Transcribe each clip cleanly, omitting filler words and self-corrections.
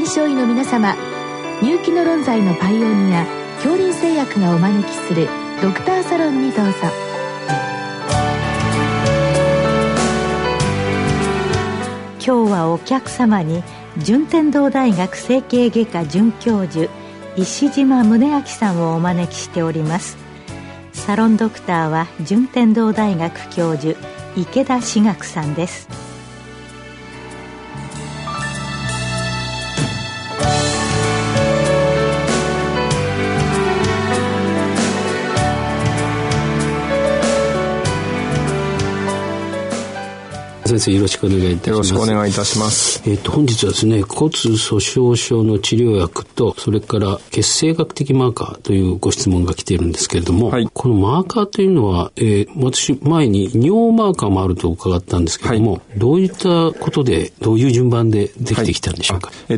臨床医の皆様、入気の論剤のパイオニア恐林製薬がお招きするドクターサロンにどうぞ。 今日はお客様に順天堂大学整形外科准教授石島宗明さんをお招きしております。サロンドクターは順天堂大学教授池田志学さんです。 先生、よろしくお願いいたします。 よろしくお願いいたします。 本日はですね、骨粗鬆症の治療薬と、それから血清学的マーカーというご質問が来ているんですけれども、はい、このマーカーというのは、私前に尿マーカーもあると伺ったんですけれども、はい、どういったことで、どういう順番でできてきたんでしょうか。 はい、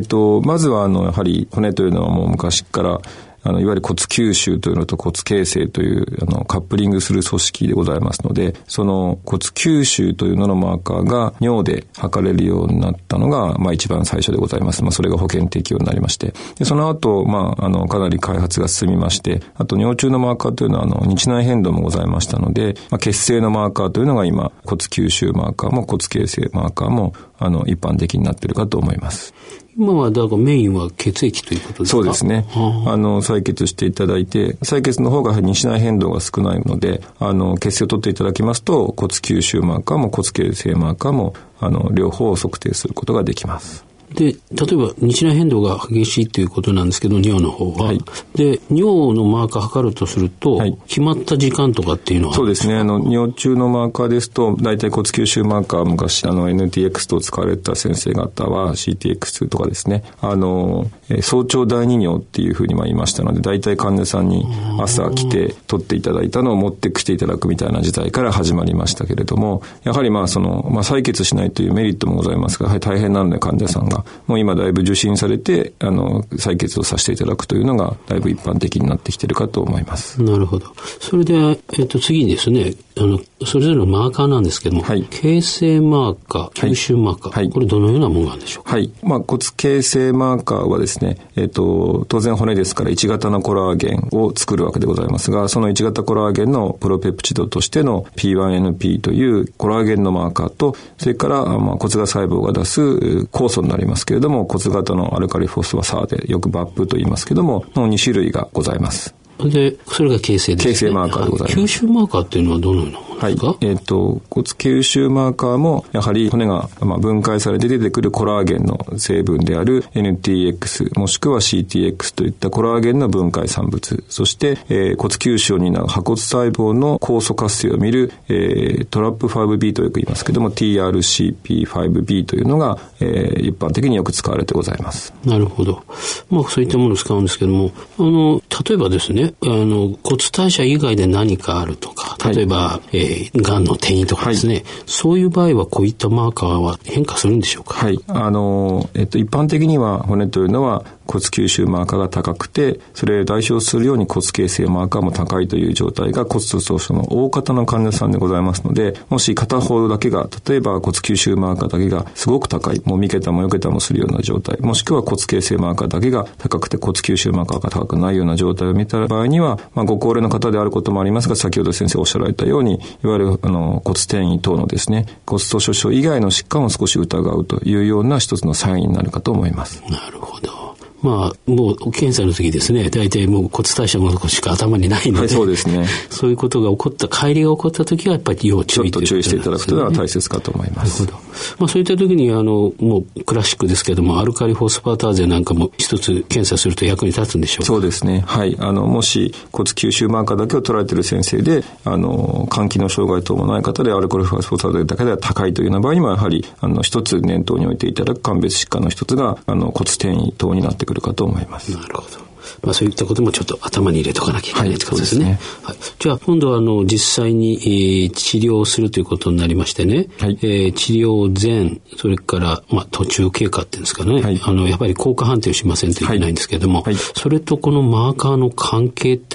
まずはやはり骨というのはもう昔からいわゆる骨吸収というのと骨形成というカップリングする組織でございますので、その骨吸収というののマーカーが尿で測れるようになったのが、一番最初でございます。それが保険適用になりまして、でその後、かなり開発が進みまして、あと尿中のマーカーというのは日内変動もございましたので、血清のマーカーというのが今骨吸収マーカーも骨形成マーカーも一般的になっているかと思います。 今はだからメインは血液ということですか。 そうですね。採血していただいて、採血の方が日内変動が少ないので、血清を取っていただきますと骨吸収マーカーも骨形成マーカーも両方を測定することができます。 で、例えば日内変動が激しいということなんですけど、尿の方は、はい、で尿のマーカー測るとすると、はい、決まった時間とかっていうのはそうですね。尿中のマーカーですと、大体骨吸収マーカー、昔NTX と使われた先生方は CTX とかですね、早朝第二尿っていうふうに言いましたので、大体患者さんに朝来て取っていただいたのを持ってきていただくみたいな時代から始まりましたけれども、やはり採血しないというメリットもございますが、やはり大変なので患者さんがもう今だいぶ受診されて採血をさせていただくというのがだいぶ一般的になってきているかと思います。 なるほど。それで、次にですね、それぞれのマーカーなんですけども、はい、形成マーカー、吸収マーカー、はい、これどのようなものなんでしょうか。 はい。骨形成マーカーはですね、当然骨ですから1型のコラーゲンを作るわけでございますが、その1型コラーゲンのプロペプチドとしての P1NP というコラーゲンのマーカーと、それから骨芽細胞が出す酵素になりますけれども、骨型のアルカリフォスファサーでよく BAP と言いますけども、の2種類がございます。 で、それが形成ですね。 形成マーカーでございます。 吸収マーカーっていうのはどのようなものですか。 はい。骨吸収マーカーも、やはり骨が分解されて出てくるコラーゲンの成分である NTX もしくは CTX といったコラーゲンの分解産物、そして、骨吸収を担う破骨細胞の酵素活性を見る、トラップ 5B とよく言いますけども TRCP5B というのが、一般的によく使われてございます。 なるほど。そういったものを使うんですけども、例えばですね、骨代謝以外で何かあるとか、例えば、がんの転移とかですね、はい、そういう場合はこういったマーカーは変化するんでしょうか。 はい。一般的には骨というのは骨吸収マーカーが高くて、それを代償するように骨形成マーカーも高いという状態が骨粗鬆症の大方の患者さんでございますので、もし片方だけが、例えば骨吸収マーカーだけがすごく高い、もう3桁も4桁もするような状態、もしくは骨形成マーカーだけが高くて骨吸収マーカーが高くないような状態を見た場合には、ご高齢の方であることもありますが、先ほど先生おっしゃられたように、いわゆる骨転移等のですね、骨粗鬆症以外の疾患を少し疑うというような一つのサインになるかと思います。 なるほど。もう検査の時ですね、大体もう骨代謝のことしか頭にないので、はい、そうですね。そういうことが起こった、帰りが起こった時はやっぱり要注意ということなんですね。ちょっと注意していただくというのは大切かと思います。なるほど。そういった時にもうクラシックですけども、アルカリフォスファターゼなんかも一つ検査すると役に立つんでしょうか。 そうですね。はい。もし骨吸収マーカーだけを取られている先生で、肝機能障害等もない方でアルカリフォスファターゼだけでは高いというような場合には、やはり一つ念頭に置いていただく鑑別疾患の一つが骨転移等になってくるかと思います。 なるほど。そういったこともちょっと頭に入れとかなきゃいけないってことですね。はい。じゃあ今度は実際に、治療するということになりましてね、はい、治療前、それから途中経過っていうんですかね、はい、やっぱり効果判定をしませんといけないんですけれども、はいはい、それとこのマーカーの関係っていうのは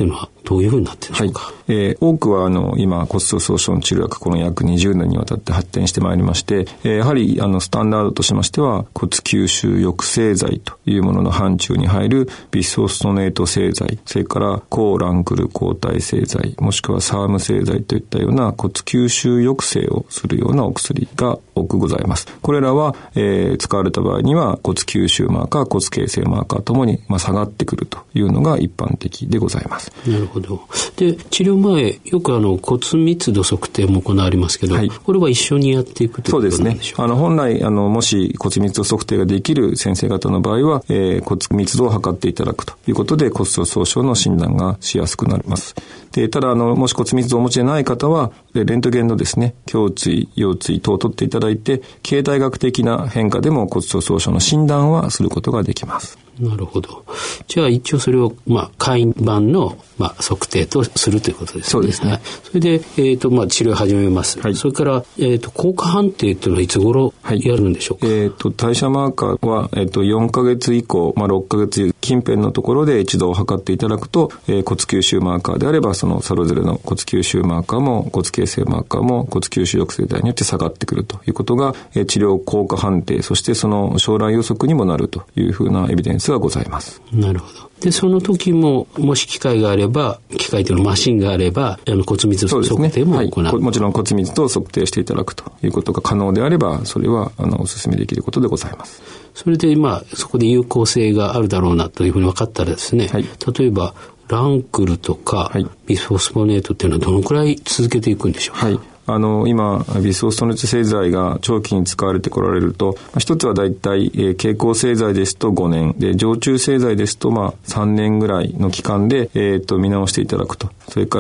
どういうふうになっているんでしょうか。 多くは今骨粗鬆症の治療薬この約20年にわたって発展してまいりまして、やはりスタンダードとしましては骨吸収抑制剤というものの範疇に入るビスフォストネート製剤、それから抗ランクル抗体製剤、もしくはサーム製剤といったような骨吸収抑制をするようなお薬が多くございます。これらは、使われた場合には骨吸収マーカー、骨形成マーカーともに、下がってくるというのが一般的でございます。 なるほど。で、治療前よく骨密度測定も行われますけど、これは一緒にやっていくということなんでしょうか。そうですね。本来もし骨密度測定ができる先生方の場合は、骨密度を測っていただくということで骨粗鬆症の診断がしやすくなります。で、ただもし骨密度をお持ちでない方はレントゲンのですね、胸椎、腰椎等を取っていただいて、形態学的な変化でも骨粗鬆症の診断はすることができます。 なるほど。じゃあ一応それを簡易版の測定とするということですね。 そうですね。 それで治療を始めます。それから効果判定というのはいつ頃やるんでしょうか。 代謝マーカーは4ヶ月以降、6ヶ月近辺のところで一度測っていただくと、骨吸収マーカーであればそのそれぞれの骨吸収マーカーも骨形成マーカーも骨吸収抑制剤によって下がってくるということが、治療効果判定、そしてその将来予測にもなるというふうなエビデンスがございます。 なるほど。で、その時ももし機械があれば、機械というのマシンがあれば骨密度測定も行う。 もちろん骨密度を測定していただくということが可能であれば、それはお勧めできることでございます。 それでそこで有効性があるだろうなというふうに分かったらですね、例えばランクルとか、ビスフォスフォネートっていうのはどのくらい続けていくんでしょうか。 今ビスフォストネート製剤が長期に使われてこられると、一つはだいたい経口製剤ですと5年で、常駐製剤ですと3年ぐらいの期間で、見直していただくと。それから、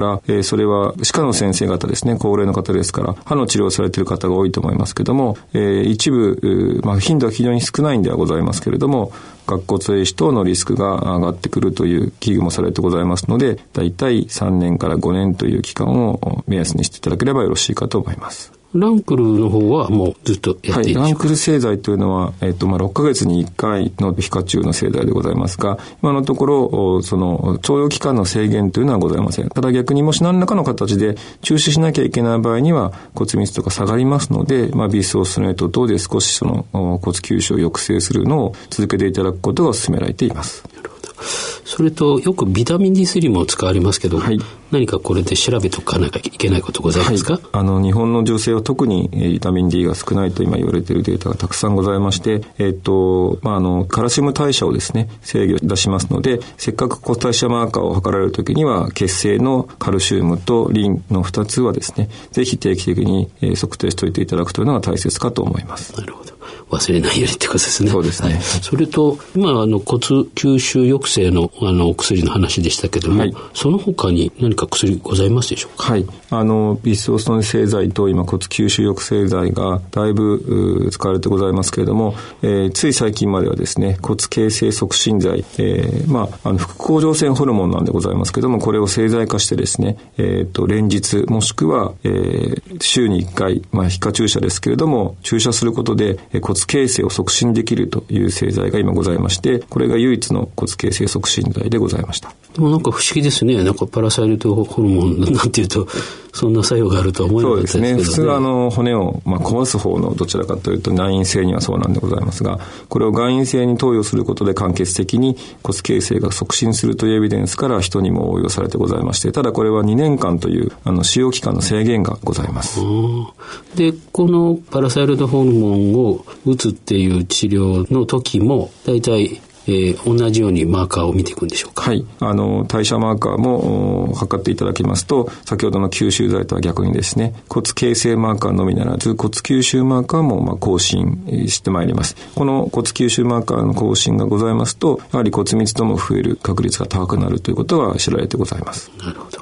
それは歯科の先生方ですね、高齢の方ですから歯の治療をされている方が多いと思いますけども、一部、頻度は非常に少ないんではございますけれども、顎骨壊死等のリスクが上がってくるという危惧もされてございますので、だいたい3年から5年という期間を目安にしていただければよろしいかと思います。 ランクルの方はもうずっとやっていいでしょうか。 ランクル製剤というのは、6ヶ月に1回の皮下注の製剤でございますが、今のところ、その、徴用期間の制限というのはございません。ただ逆にもし何らかの形で中止しなきゃいけない場合には骨密度が下がりますので、ビスフォスフォネート等で少しその骨吸収を抑制するのを続けていただくことが勧められています。 なるほど。それとよくビタミン D3 も使われますけど、何かこれで調べておかなきゃいけないことございますか。 日本の女性は特にビタミン D が少ないと今言われているデータがたくさんございまして、カルシウム代謝をですね制御出しますので、せっかく骨代謝マーカーを測られるときには血清のカルシウムとリンの2つはですね、ぜひ定期的に測定しておいていただくというのが大切かと思います。 なるほど。忘れないようにってことですね。 そうですね。 それと今骨吸収抑制のお薬の話でしたけども、その他に何か薬ございますでしょうか。 ビスフォスフォネート製剤と今骨吸収抑制剤がだいぶ使われてございますけれども、つい最近まではですね骨形成促進剤、副甲状腺ホルモンなんでございますけれども、これを製剤化してですね、連日もしくは、週に1回、皮下注射ですけれども注射することで骨形成を促進できるという製剤が今ございまして、これが唯一の骨形成促進剤でございました。 でもなんか不思議ですね。なんかパラサイトホルモンなんていうとそんな作用があるとは思えなかったですけどね。 そうですね。普通骨を、壊す方のどちらかというと内因性にはそうなんでございますが、これを外因性に投与することで間接的に骨形成が促進するというエビデンスから人にも応用されてございまして、ただこれは2年間という使用期間の制限がございます。 で、このパラサイトホルモンを打つっていう治療の時もだいたい同じようにマーカーを見ていくんでしょうか。 代謝マーカーも測っていただきますと、先ほどの吸収剤とは逆にですね、骨形成マーカーのみならず骨吸収マーカーも更新してまいります。この骨吸収マーカーの更新がございますと、やはり骨密度も増える確率が高くなるということは知られてございます。 なるほど。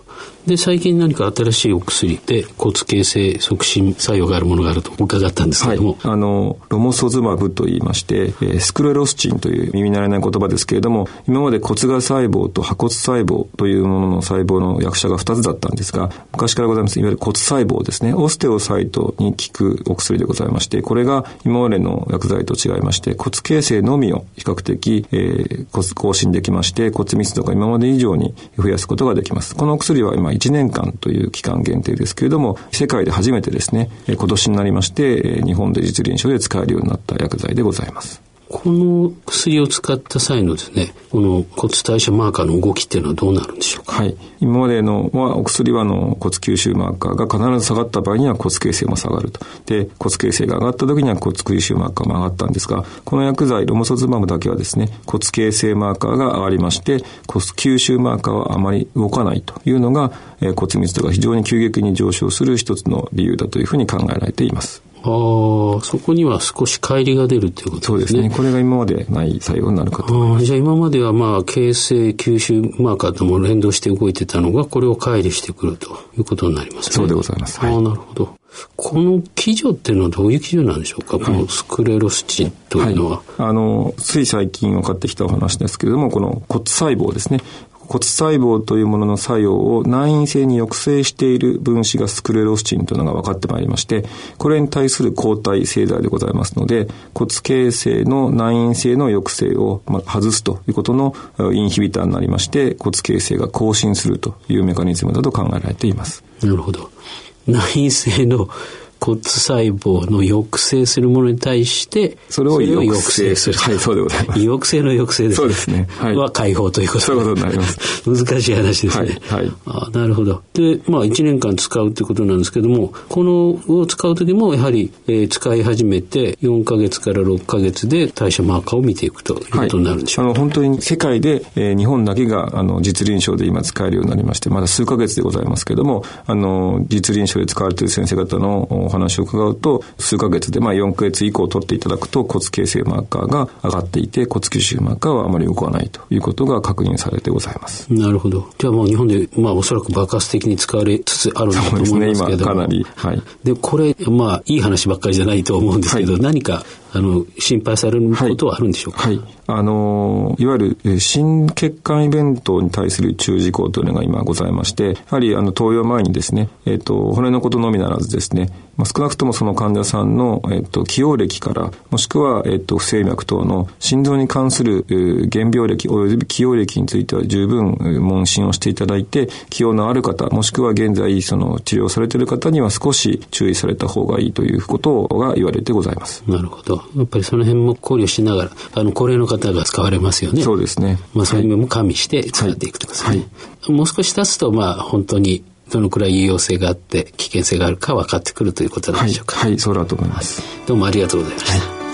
で最近何か新しいお薬で骨形成促進作用があるものがあると伺ったんですけれども、 ロモソズマブと言いまして、スクレロスチンという耳慣れない言葉ですけれども、今まで骨芽細胞と破骨細胞というものの細胞の役者が2つだったんですが、昔からございますいわゆる骨細胞ですね、オステオサイトに効くお薬でございまして、これが今までの薬剤と違いまして骨形成のみを比較的、更新できまして、骨密度が今まで以上に増やすことができます。このお薬は今1年間という期間限定ですけれども、世界で初めてですね、今年になりまして日本で実臨床で使えるようになった薬剤でございます。 この薬を使った際のですね、この骨代謝マーカーの動きっていうのはどうなるんでしょうか。 はい。今までのはお薬は骨吸収マーカーが必ず下がった場合には骨形成も下がると。で、骨形成が上がった時には骨吸収マーカーも上がったんですが、この薬剤ロモソズマブだけはですね、骨形成マーカーが上がりまして、骨吸収マーカーはあまり動かないというのが、骨密度が非常に急激に上昇する一つの理由だというふうに考えられています。 そこには少し乖離が出るということですね。 そうですね。これが今までない作用になるかと思います。 じゃあ今までは形成吸収マーカーとも連動して動いてたのが、これを乖離してくるということになりますね。 そうでございます。 なるほど。この基準っていうのはどういう基準なんでしょうか、このスクレロスチンというのは。 つい最近分かってきたお話ですけれども、この骨細胞ですね。骨細胞というものの作用を内因性に抑制している分子がスクレロスチンというのが分かってまいりまして、これに対する抗体製剤でございますので、骨形成の内因性の抑制を外すということのインヒビターになりまして、骨形成が更新するというメカニズムだと考えられています。 なるほど。内因性の骨細胞の抑制するものに対してそれを抑制する。 はい、そうでございます。抑制の抑制ですね。 そうですね。 はい。は解放ということで。 そういうことになります。 難しい話ですね。 はい。 なるほど。で、1年間使うということなんですけども、このを使うときもやはり、使い始めて4ヶ月から6ヶ月で代謝マーカーを見ていくということになるんでしょうか。 本当に世界で、日本だけが実臨床で今使えるようになりまして、まだ数ヶ月でございますけども、実臨床で使われている先生方のお話を伺うと、数ヶ月で4ヶ月以降取っていただくと骨形成マーカーが上がっていて、骨吸収マーカーはあまり動かないということが確認されてございます。 なるほど。じゃあ日本でおそらく爆発的に使われつつあるんだと思うんですけども。 そうですね、今かなり。はい。 で、これいい話ばっかりじゃないと思うんですけど、何か心配されることはあるんでしょうか。 はい。いわゆる心血管イベントに対する注意事項というのが今ございまして、やはり投与前にですね、骨のことのみならずですね、少なくともその患者さんの起用歴から、もしくは不整脈等の心臓に関する原病歴および起用歴については十分問診をしていただいて、起用のある方、もしくは現在治療されている方には少し注意された方がいいということが言われてございます。 なるほど。やっぱりその辺も考慮しながら、高齢の方が使われますよね。 そうですね。 そういう面も加味して使っていくということですね。はい。もう少し経つと本当にどのくらい有用性があって危険性があるか分かってくるということなんでしょうか。 はい、そうだと思います。 どうもありがとうございました。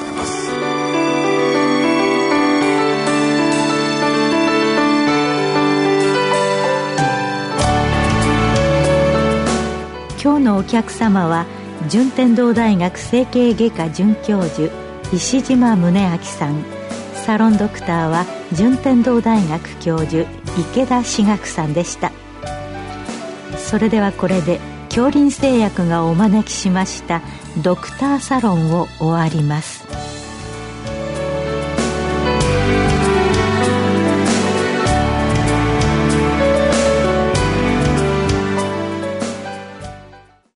今日のお客様は順天堂大学整形外科准教授石島宗明さん、サロンドクターは順天堂大学教授池田志学さんでした。それではこれで京林製薬がお招きしましたドクターサロンを終わります。